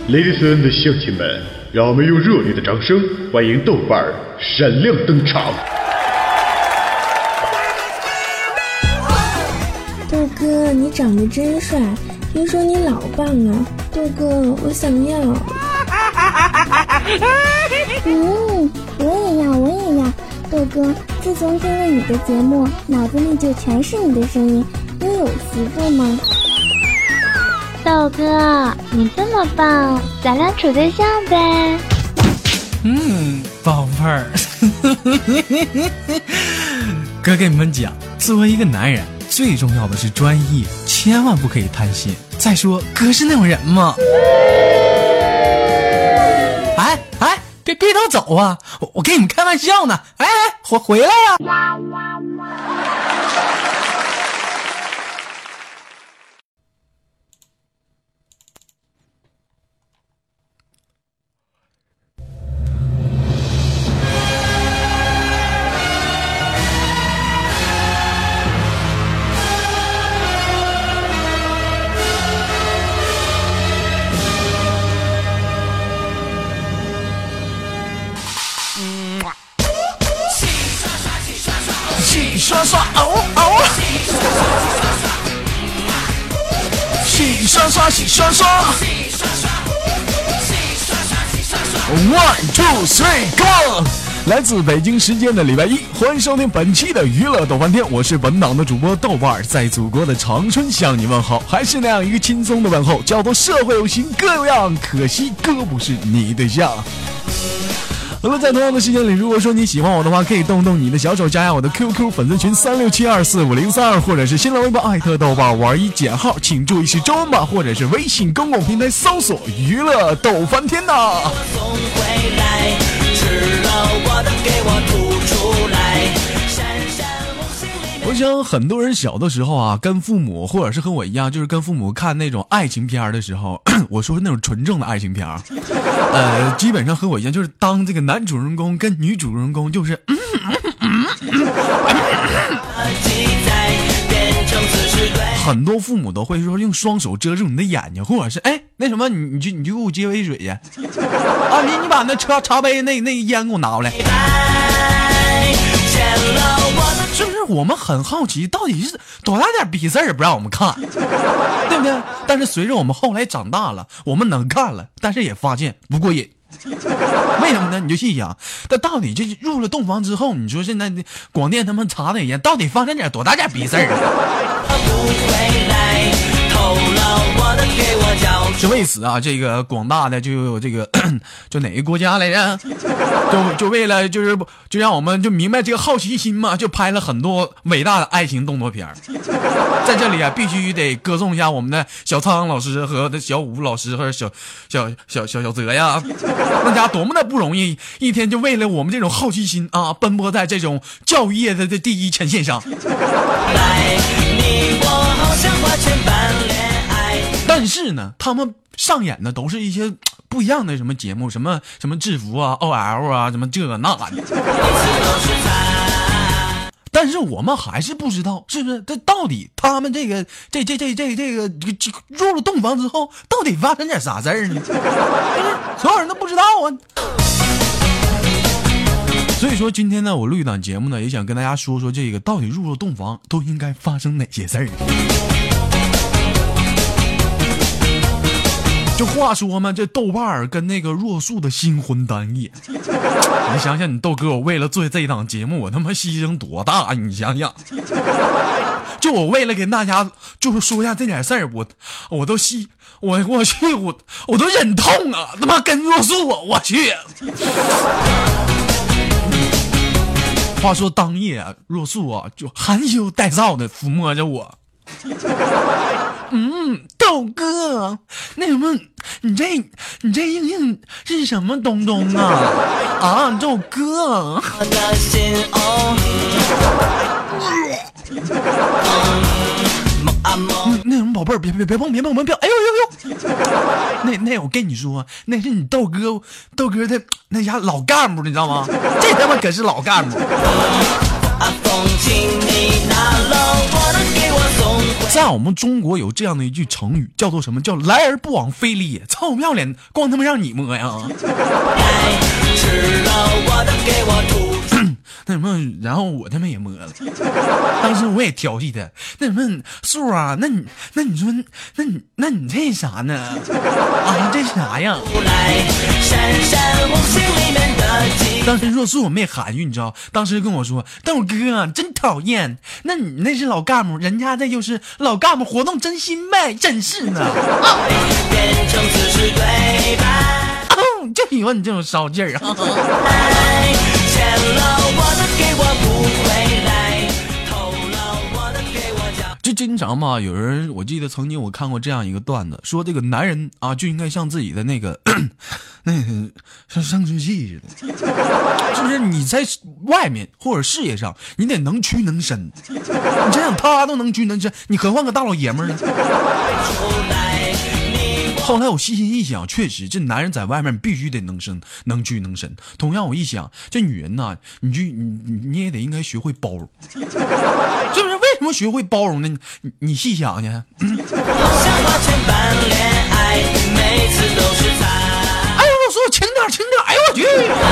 Ladies and gentlemen，让我们用热烈的掌声欢迎豆瓣儿闪亮登场。 豆哥，你长得真帅，听说你老棒啊！豆哥，我想要。 我也要。豆哥，自从听了你的节目，脑子里就全是你的声音。你有媳妇吗？ 豆哥，你这么棒，咱俩处对象呗。 宝贝儿，哥跟你们讲，作为一个男人，最重要的是专一，千万不可以贪心。再说，哥是那种人吗？别都走啊！我跟你们开玩笑呢。回来呀！刷刷洗刷刷洗刷刷 One two three go！ 来自北京时间的礼拜一，欢迎收听本期的娱乐逗翻天，我是本档的主播豆瓣儿，在祖国的长春向你问好，还是那样一个轻松的问候，叫做社会有型各有样，可惜哥不是你对象。好了，在同样的时间里，如果说你喜欢我的话，可以动动你的小手加下我的 QQ 粉丝群3672450032，或者是新浪微博艾特豆瓣玩一减号，请注意是中文版，或者是微信公共平台搜索娱乐逗翻天呐。我想很多人小的时候啊，跟父母或者是和我一样，就是跟父母看那种爱情片的时候，我说那种纯正的爱情片，基本上和我一样，就是当这个男主人公跟女主人公就是很多父母都会说用双手遮住你的眼睛，或者是那什么你就给我接杯水去啊，你把那茶杯那烟给我拿过来。是不是我们很好奇，到底是多大点逼事儿不让我们看，对不对？但是随着我们后来长大了，我们能看了，但是也发现不过瘾。为什么呢？你就细想，但到底这入了洞房之后，你说现在广电他们查的人，到底发生点多大点逼事儿是为此啊，这个广大的就有这个就哪个国家来着，就为了就让我们就明白这个好奇心嘛，就拍了很多伟大的爱情动作片。在这里啊，必须得歌颂一下我们的小苍老师和小武老师和小泽呀，那家多么的不容易，一天就为了我们这种好奇心啊，奔波在这种教育业的第一前线上。但是呢，他们上演的都是一些不一样的什么节目，什么制服啊 OL 啊，什么这个那的。但是我们还是不知道，是不是这到底他们这个入了洞房之后，到底发生点啥事儿呢？所有人都不知道啊。所以说今天呢，我录一档节目呢，也想跟大家说说这个到底入了洞房都应该发生哪些事儿。这话说嘛，这豆瓣儿跟那个若素的新婚单夜，你想想，你豆哥我为了做这一档节目，我他妈牺牲多大？你想想，就我为了跟大家就是说一下这点事儿，我都我都忍痛啊！他妈跟若素我去。话说当夜啊，若素啊就含羞带臊的抚摸着我。豆哥，那什么，你这硬是什么东东啊？豆哥，那什么宝贝儿，别碰！哎呦！那我跟你说，那是你豆哥的那家老干部，你知道吗？这他妈可是老干部。请你拿了我的给我在我们中国有这样的一句成语，叫做什么？叫来而不往非礼也。操不要脸，光他妈让你摸呀！那什么，然后我他妈也摸了。当时我也调戏他，那什么树啊，那你说，那你这啥呢？啊，这啥呀？当时若素我没含蓄，你知道，当时跟我说，豆哥真讨厌，那你那是老干部，人家这就是老干部活动真心呗，真是呢。变成此时对白。就喜欢你这种骚劲儿啊！这经常嘛，有人我记得曾经我看过这样一个段子，说这个男人啊就应该像自己的那个像生殖器似的，就是你在外面或者事业上，你得能屈能伸。你想想他都能屈能伸，你何况个大老爷们儿呢？后来我细心一想，确实这男人在外面必须得能屈能伸。同样我一想，这女人呐，你也得应该学会包容，是不是？为什么学会包容呢？你细想去。哎呦，我说轻点，哎呦我去！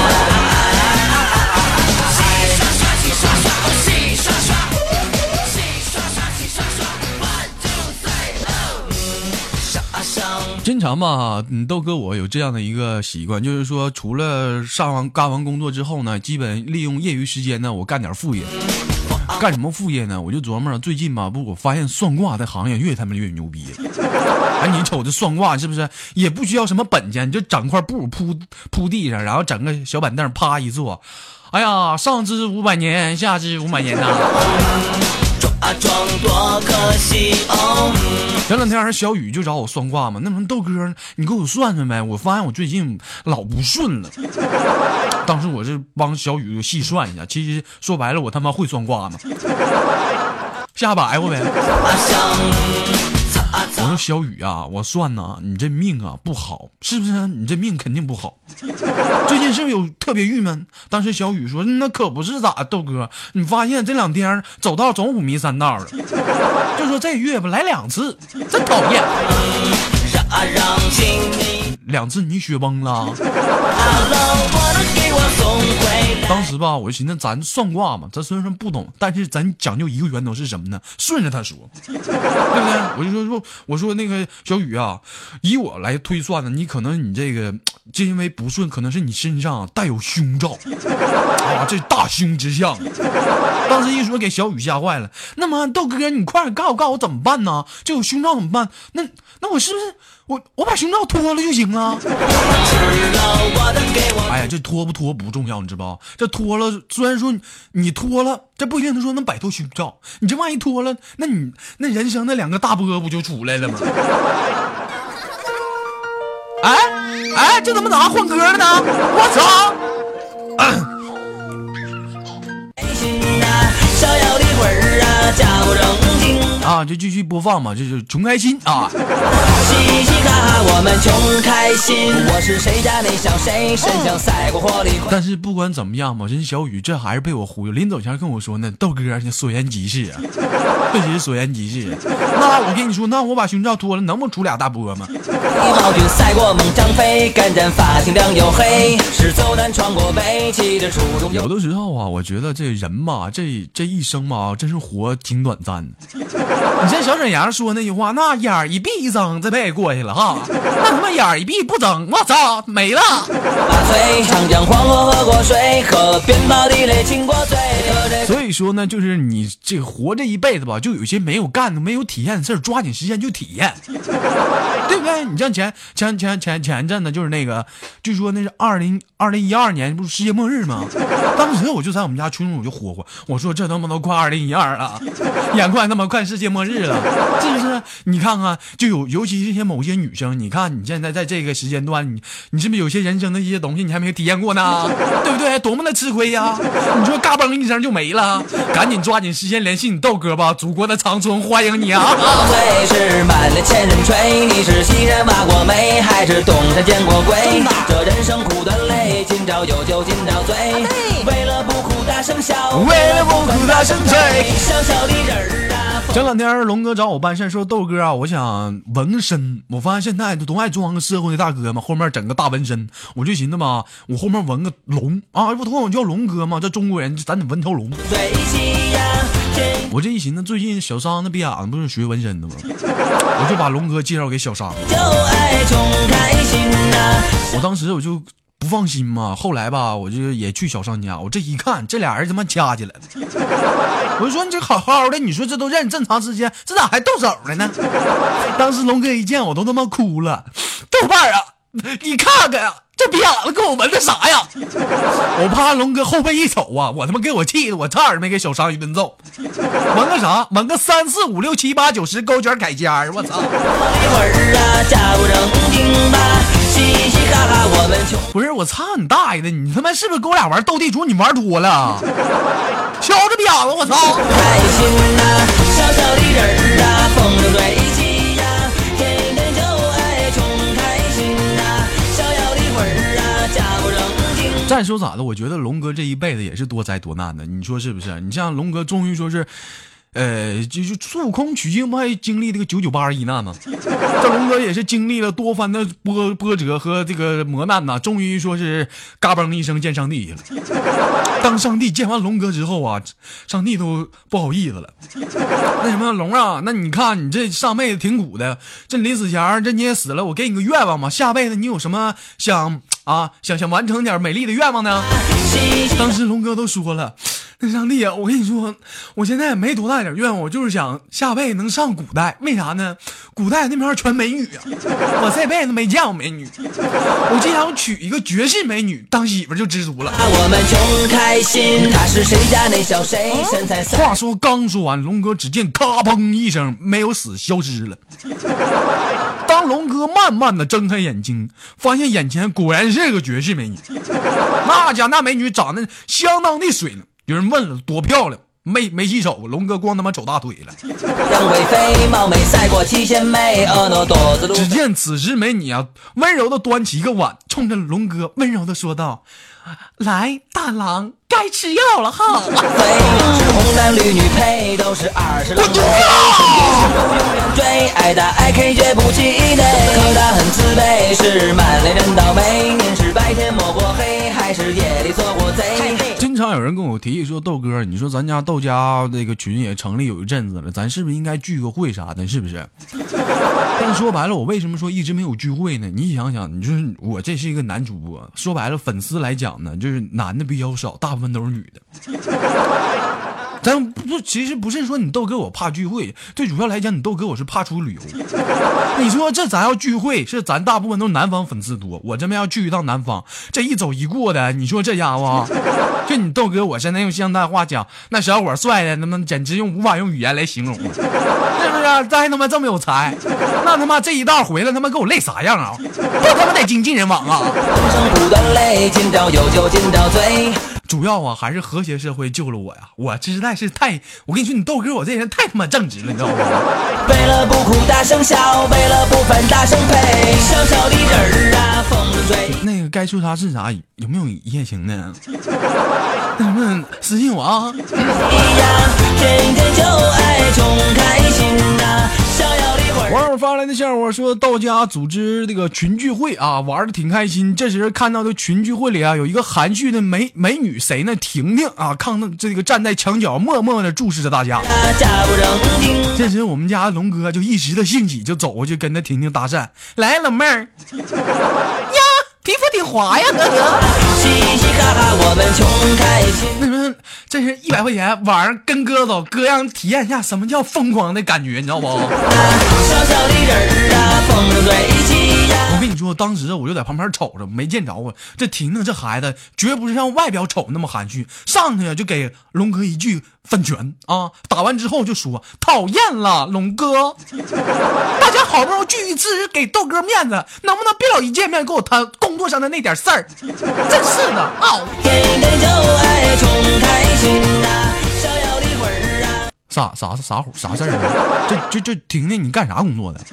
经常嘛，豆哥我有这样的一个习惯，就是说除了干完工作之后呢，基本利用业余时间呢，我干点副业。干什么副业呢？我就琢磨最近吧，我发现算卦的行业越他妈越牛逼了。哎，你瞅这算卦是不是也不需要什么本钱，你就整块布铺地上，然后整个小板凳啪一坐，哎呀，上知500年，下知500年呐。装多可惜哦。前两天小雨就找我算卦嘛，那么豆哥你给我算算呗，我发现我最近老不顺了。当时我是帮小雨细算一下，其实说白了我他妈会算卦嘛，瞎白活呗。我说小雨啊，我算呐，你这命啊不好，是不是？你这命肯定不好。最近是不是有特别郁闷？当时小雨说，那可不是咋，豆哥，你发现这2天走道总5迷3道的，就说这月吧来2次，真讨厌。2次你雪崩了。当时吧，我就寻思咱算卦嘛，咱虽然说不懂，但是咱讲究一个源头是什么呢？顺着他说，对不对？我说那个小雨啊，以我来推算呢，你可能你这个就因为不顺，可能是你身上带有凶兆啊，这大凶之象。当时一说给小雨吓坏了。那么豆哥，你快点告诉我怎么办呢？这有凶兆怎么办？那我是不是我把胸罩脱了就行了？哎呀，这脱不脱不重要，你知道不？这脱了，虽然说你脱了，这不一定说能摆脱胸罩。你这万一脱了，那你那人生那2个大波不就出来了吗？哎，这怎么咋换歌了呢？我操！啊，就继续播放嘛，这是穷开心啊！嘻嘻哈哈，我们穷开心。我是谁家那小谁，身上赛过火力。但是不管怎么样嘛，人小雨这还是被我忽悠。临走前跟我说呢，豆哥你所言极是啊，确实所言极是。那我跟你说，那我把胸罩脱了，能不能出俩大波吗？暴君赛过猛张飞，干战发型亮又黑，是走南闯过北，骑着初中。有的时候啊，我觉得这人嘛，这一生嘛，真是活挺短暂的。你像小沈阳说那句话，那眼一闭一睁，这辈子过去了哈。那他妈眼一闭不睁，我操，没了。长江黄河喝过水，河边宝地雷亲过嘴。所以说呢，就是你这活这一辈子吧，就有些没有干的、没有体验的事儿，抓紧时间就体验，对不对？你像前阵子就是那个，据说那是2012年不是世界末日吗？当时我就在我们家群里我就霍霍，我说这他妈都快2012了，眼快他妈快世界末日了，是不是？你看看，就尤其这些某些女生，你看你现在在这个时间段，你是不是有些人生的一些东西你还没有体验过呢？对不对？多么的吃亏呀！你说嘎嘣一声就没了，赶紧抓紧时间联系你豆哥吧，祖国的长春欢迎你啊！最是满脸千人吹，你是西山挖过煤，还是东山见过鬼？这人生苦短累，今朝有酒今朝醉，为了不苦待为了不哭大声吹。前两天龙哥找我办事，说豆哥啊，我想纹个身。我发现现在都爱装个社会的大哥嘛，后面整个大纹身。我就寻思吧，我后面纹个龙啊，不同我叫龙哥嘛，这中国人咱得纹条龙。我这一寻思，最近小商那逼样子不是学纹身的吗？我就把龙哥介绍给小商。我当时我就不放心嘛，后来吧，我就也去小商家，我这一看，这俩人他妈掐起来了。我就说你这好好的，你说这都认这么长时间，这咋还动手了呢？当时龙哥一见我都他妈哭了，豆瓣啊，你看看呀，这逼样子给我纹的啥呀？我怕龙哥后背一瞅啊，我他妈给我气的，我差点没给小商一顿揍。纹个啥？纹个3、4、5、6、7、8、9、10勾卷改尖儿，我操！不是我操你大爷的！你他妈是不是跟我俩玩斗地主？你玩多了，瞧这逼样子，我操！开心啊，小小的人啊，风筝对齐呀，天天就爱穷开心啊，逍遥的魂儿啊，家不正经。再说咋的？我觉得龙哥这一辈子也是多灾多难的，你说是不是？你像龙哥终于说是。就是孙悟空取经不还经历这个998一难吗？这龙哥也是经历了多番的波折和这个磨难呐，终于说是嘎嘣一声见上帝了。当上帝见完龙哥之后啊，上帝都不好意思了。那什么龙啊，那你看你这上辈子挺苦的，这临死前这你也死了，我给你个愿望嘛，下辈子你有什么想完成点美丽的愿望呢？当时龙哥都说了。那上帝啊，我跟你说，我现在也没多大点愿望，我就是想下辈子能上古代，为啥呢？古代那边全美女啊，我这辈子没见过美女，我就想娶一个绝世美女当媳妇就知足了。我们穷开心，他是谁家那小谁身材。话说刚说完，龙哥只见咔砰一声，没有死，消失了。当龙哥慢慢的睁开眼睛，发现眼前果然是个绝世美女，那美女长得相当的水呢。有人问了多漂亮，没洗手，龙哥光他妈走大腿了。杨贵妃貌美赛过七仙妹，婀娜多姿。只见此时美女啊，温柔的端起一个碗，冲着龙哥温柔的说道：“来，大郎，该吃药了哈。”是红男绿女配，都是20郎。追爱打爱 K 绝不气馁，可他很自卑，是满脸人倒霉。您是白天摸过黑，还是夜里做过贼？经常有人跟我提议说，豆哥，你说咱家豆家那个群也成立有一阵子了，咱是不是应该聚个会啥的，是不是？但说白了，我为什么说一直没有聚会呢？你想想，你就是我这是一个男主播，说白了粉丝来讲呢，就是男的比较少，大部分都是女的。咱不，其实不是说你豆哥我怕聚会，最主要来讲，你豆哥我是怕出旅游。你说这咱要聚会，是咱大部分都是南方粉丝多，我这边要聚一趟南方，这一走一过的，你说这家伙，就你豆哥我现在用现代话讲，那小伙帅的，他妈简直无法用语言来形容了，是不是？再他妈这么有才，那他妈这一道回来他妈给我累啥样啊？都他妈得经纪人网啊！不断累，今朝有酒今朝醉。主要啊，还是和谐社会救了我呀！我实在是太……我跟你说，你豆哥我这人太他妈正直了，你知道吗？为了不哭大声笑，为了不烦大声呸，小小的人儿啊，风筝吹。那个该说啥是啥，有没有一夜情呢？能不能私信我啊？天天就爱穷开心啊，逍遥的魂。网友发来的笑话说，到家组织这个群聚会啊，玩的挺开心。这时看到的群聚会里啊，有一个含蓄的美女，谁呢？婷婷啊，这个站在墙角，默默的注视着大家。这时我们家龙哥就一时的兴起，就走过去跟那婷婷搭讪：“来，老妹儿呀，皮肤挺滑呀，哥哥。”嘻嘻哈哈，我们穷开心。那什么，这是100块钱，晚上跟哥走，哥让体验一下什么叫疯狂的感觉，你知道不？小小的人啊，风筝对齐呀。我跟你说，当时我就在旁边瞅着，没见着啊。这婷婷这孩子绝不是像外表丑那么含蓄，上去就给龙哥一句粉拳啊！打完之后就说讨厌了，龙哥，大家好不容易聚一次，给豆哥面子，能不能别老一见面给我谈工作上的那点事儿？真是的啊！天天就爱穷开心啊，逍遥的魂儿啊！啥事儿啊？这婷婷，你干啥工作的？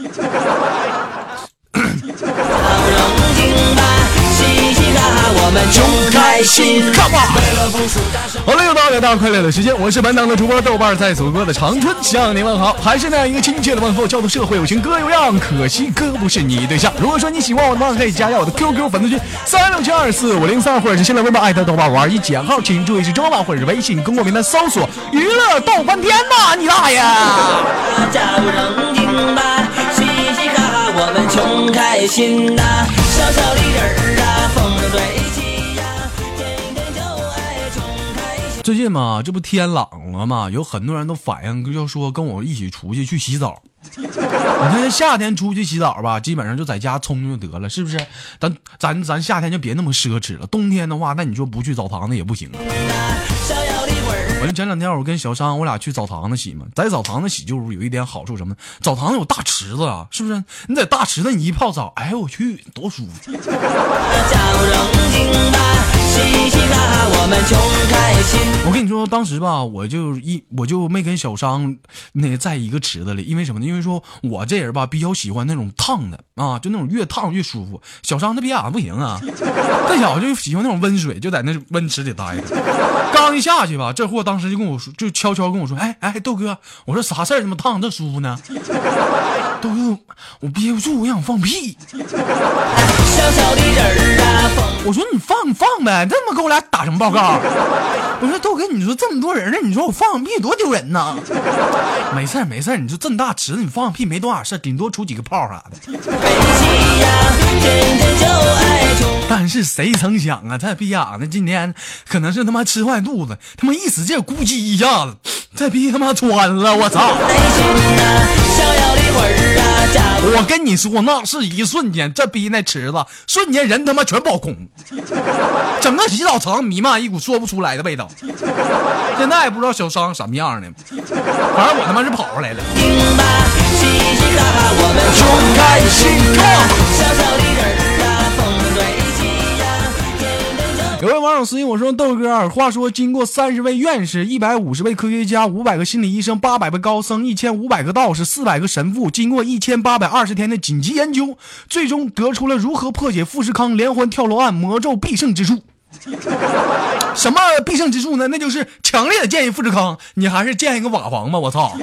嘻嘻哈哈，我们穷开心。为了不输大声好了，又到了大快乐的时间，我是本档的主播豆瓣，在祖国的长春向您问好，还是那样一个亲切的问候，叫做社会有情哥有样，可惜哥不是你对象。如果说你喜欢我的话，可以加下我的 QQ 粉丝群36724503，或者是新浪微博艾特豆瓣521减号，请注意是中文或者是微信公共平台搜索娱乐逗翻天呐，你大爷！ 假如冷静吧，嘻嘻哈哈，我们穷开心呐，小小的人儿啊，风筝对齐呀，天天就爱穷开心。 最近嘛，这不天冷了嘛，有很多人都反映，就说跟我一起出去洗澡。你看夏天出去洗澡吧，基本上就在家冲就得了，是不是？咱夏天就别那么奢侈了。冬天的话，那你说不去澡堂子也不行啊。我就前两天我跟小商我俩去澡堂子洗嘛，在澡堂子洗就是有一点好处什么？澡堂子有大池子啊，是不是？你在大池子你一泡澡，哎我去多舒服。我跟你说，当时吧，我就没跟小商那个在一个池子里，因为什么呢？因为说我这人吧比较喜欢那种烫的啊，就那种越烫越舒服。小商他别不行啊，这小子就喜欢那种温水，就在那温池里待着。刚一下去吧，这货当时就跟我说，就悄悄跟我说：“哎，豆哥，我说啥事儿这么烫这舒服呢？”豆哥，我憋不住，我想放屁。我说你放呗，这么给我俩打什么报告？我说豆哥，你说这么多人呢，你说我放屁多丢人呢。没事，你说这么大池子，你放屁没多少事，顶多出几个泡啥的。但是谁曾想啊，这逼样的今天可能是他妈吃坏肚子，他妈一使劲咕叽一下子，这逼他妈穿了，我操！我跟你说，那是一瞬间，这逼那池子瞬间人他妈全爆空，整个洗澡城弥漫一股说不出来的味道。现在也不知道小商什么样呢，反正我他妈是跑出来了。穷开心有位网友私信我说，豆哥，话说经过30位院士、150位科学家、500个心理医生、800位高僧、1500个道士、400个神父，经过1820天的紧急研究，最终得出了如何破解富士康连环跳楼案魔咒必胜之术。什么必胜之术呢？那就是强烈的建议富士康，你还是建一个瓦房吧，我操！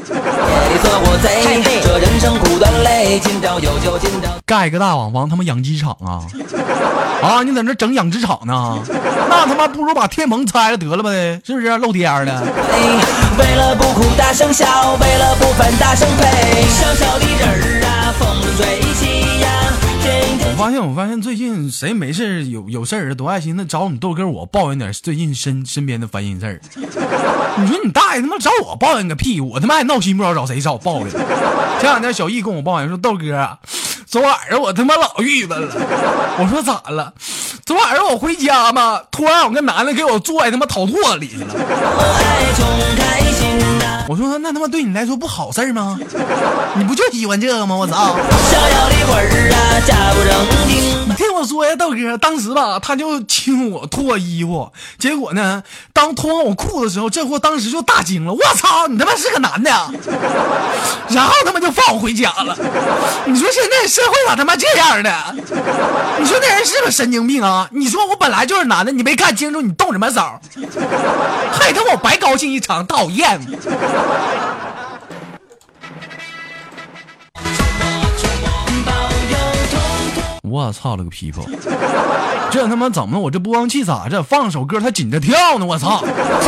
盖一个大瓦房，他妈养鸡场啊！啊，你在那整养殖场呢？那他妈不如把天棚拆了得了呗，是不是？露天的。 为了不哭大声笑，为了不烦大声呸，小小的人儿啊，风筝吹起呀。 我发现最近谁没事有事儿都爱寻思找你豆哥我抱怨点最近身边的烦心事儿。你说你大爷他妈找我抱怨个屁，我他妈还闹心不知道找谁找我抱怨。前两天小易跟我抱怨说，豆哥昨晚上我他妈老郁闷了。我说咋了？昨晚上我回家嘛，突然有个男的给我坐在他妈讨唾里去了。我说那他妈对你来说不好事吗？你不就喜欢这个吗？我操！你听我说呀，豆哥，当时吧，他就亲我脱衣服，结果呢，当脱完我裤子的时候，这货当时就大惊了，我操，你他妈是个男的呀！然后他妈就放我回家了。你说现在社会咋他妈这样的？你说那人是个神经病啊！你说我本来就是男的，你没看清楚，你动什么手？害得我白高兴一场，讨厌！我操了个屁股！这他妈怎么了？我这播放器咋着？放首歌他紧着跳呢！我操！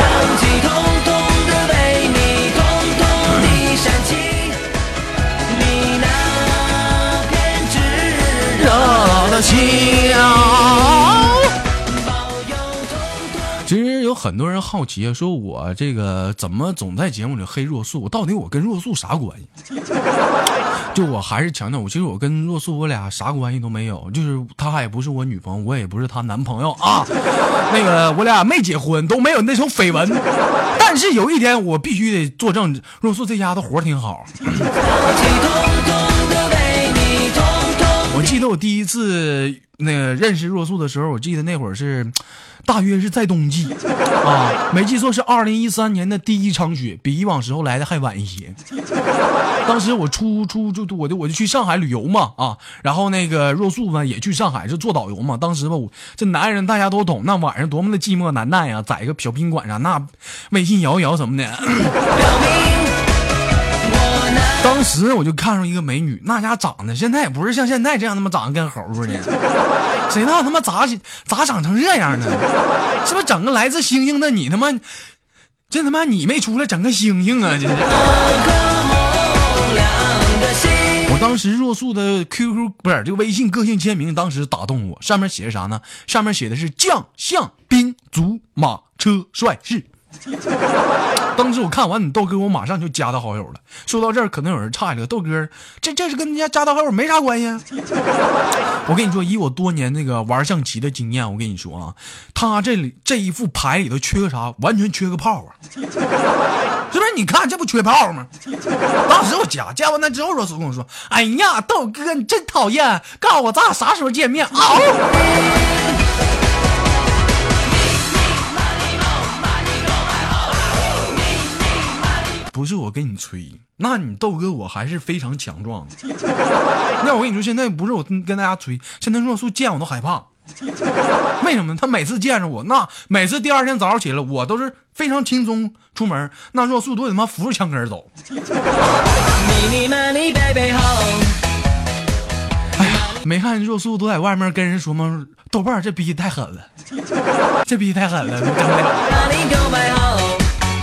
其实有很多人好奇说我这个怎么总在节目里黑若素，到底我跟若素啥关系？就我还是强调，其实我跟若素我俩啥关系都没有，就是她也不是我女朋友，我也不是她男朋友啊。那个我俩没结婚，都没有那种绯闻。但是有一点我必须得作证，若素这丫头活挺好。我记得我第一次那个认识若素的时候，我记得那会儿是大约是在冬季啊，没记错是2013年的第一场雪，比以往时候来的还晚一些。当时我我就去上海旅游嘛啊，然后那个若素呢也去上海是做导游嘛。当时吧，这男人大家都懂，那晚上多么的寂寞难耐啊，在一个小宾馆上，那微信摇一摇什么的。当时我就看上一个美女，那家长得现在也不是像现在这样，他妈长得跟猴似的，谁知道他妈咋长成这样呢？是不是整个来自星星的你他妈，这他妈你没出来整个星星啊！这是。我当时若素的 QQ 不是这个微信个性签名，当时打动我，上面写的啥呢？上面写的是将相兵卒马车帅士。当时我看完你豆哥，我马上就加他好友了。说到这儿，可能有人诧异了，豆哥，这是跟人家加他好友没啥关系啊。我跟你说，以我多年那个玩象棋的经验，我跟你说啊，他这一副牌里头缺个啥？完全缺个炮啊！是不是？你看这不缺炮吗？当时我加完他之后，若素跟我说：“哎呀，豆哥你真讨厌，告诉我咱俩啥时候见面啊？”不是我跟你吹，那你豆哥我还是非常强壮的。那我跟你说，现在不是我跟大家吹，现在若素见我都害怕。为什么？他每次见着我，那每次第二天早上起来，我都是非常轻松出门，那若素都得他妈扶着墙根走。哎呀，没看若素都在外面跟人说吗？豆瓣这逼太狠了，这逼太狠了，都整不了。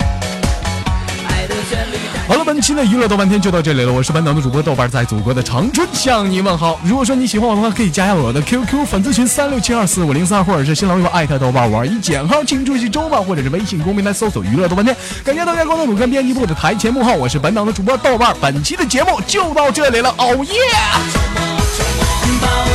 好了，本期的娱乐豆瓣天就到这里了，我是本档的主播豆瓣，在祖国的长春向你问好。如果说你喜欢我的话，可以加下我的 QQ 粉丝群36724503，或者是新浪微博艾特豆瓣玩一减号，请注意周报，或者是微信公屏来搜索娱乐豆瓣天。感谢大家关注鲁根编辑部的台前幕后，我是本档的主播豆瓣，本期的节目就到这里了，哦耶！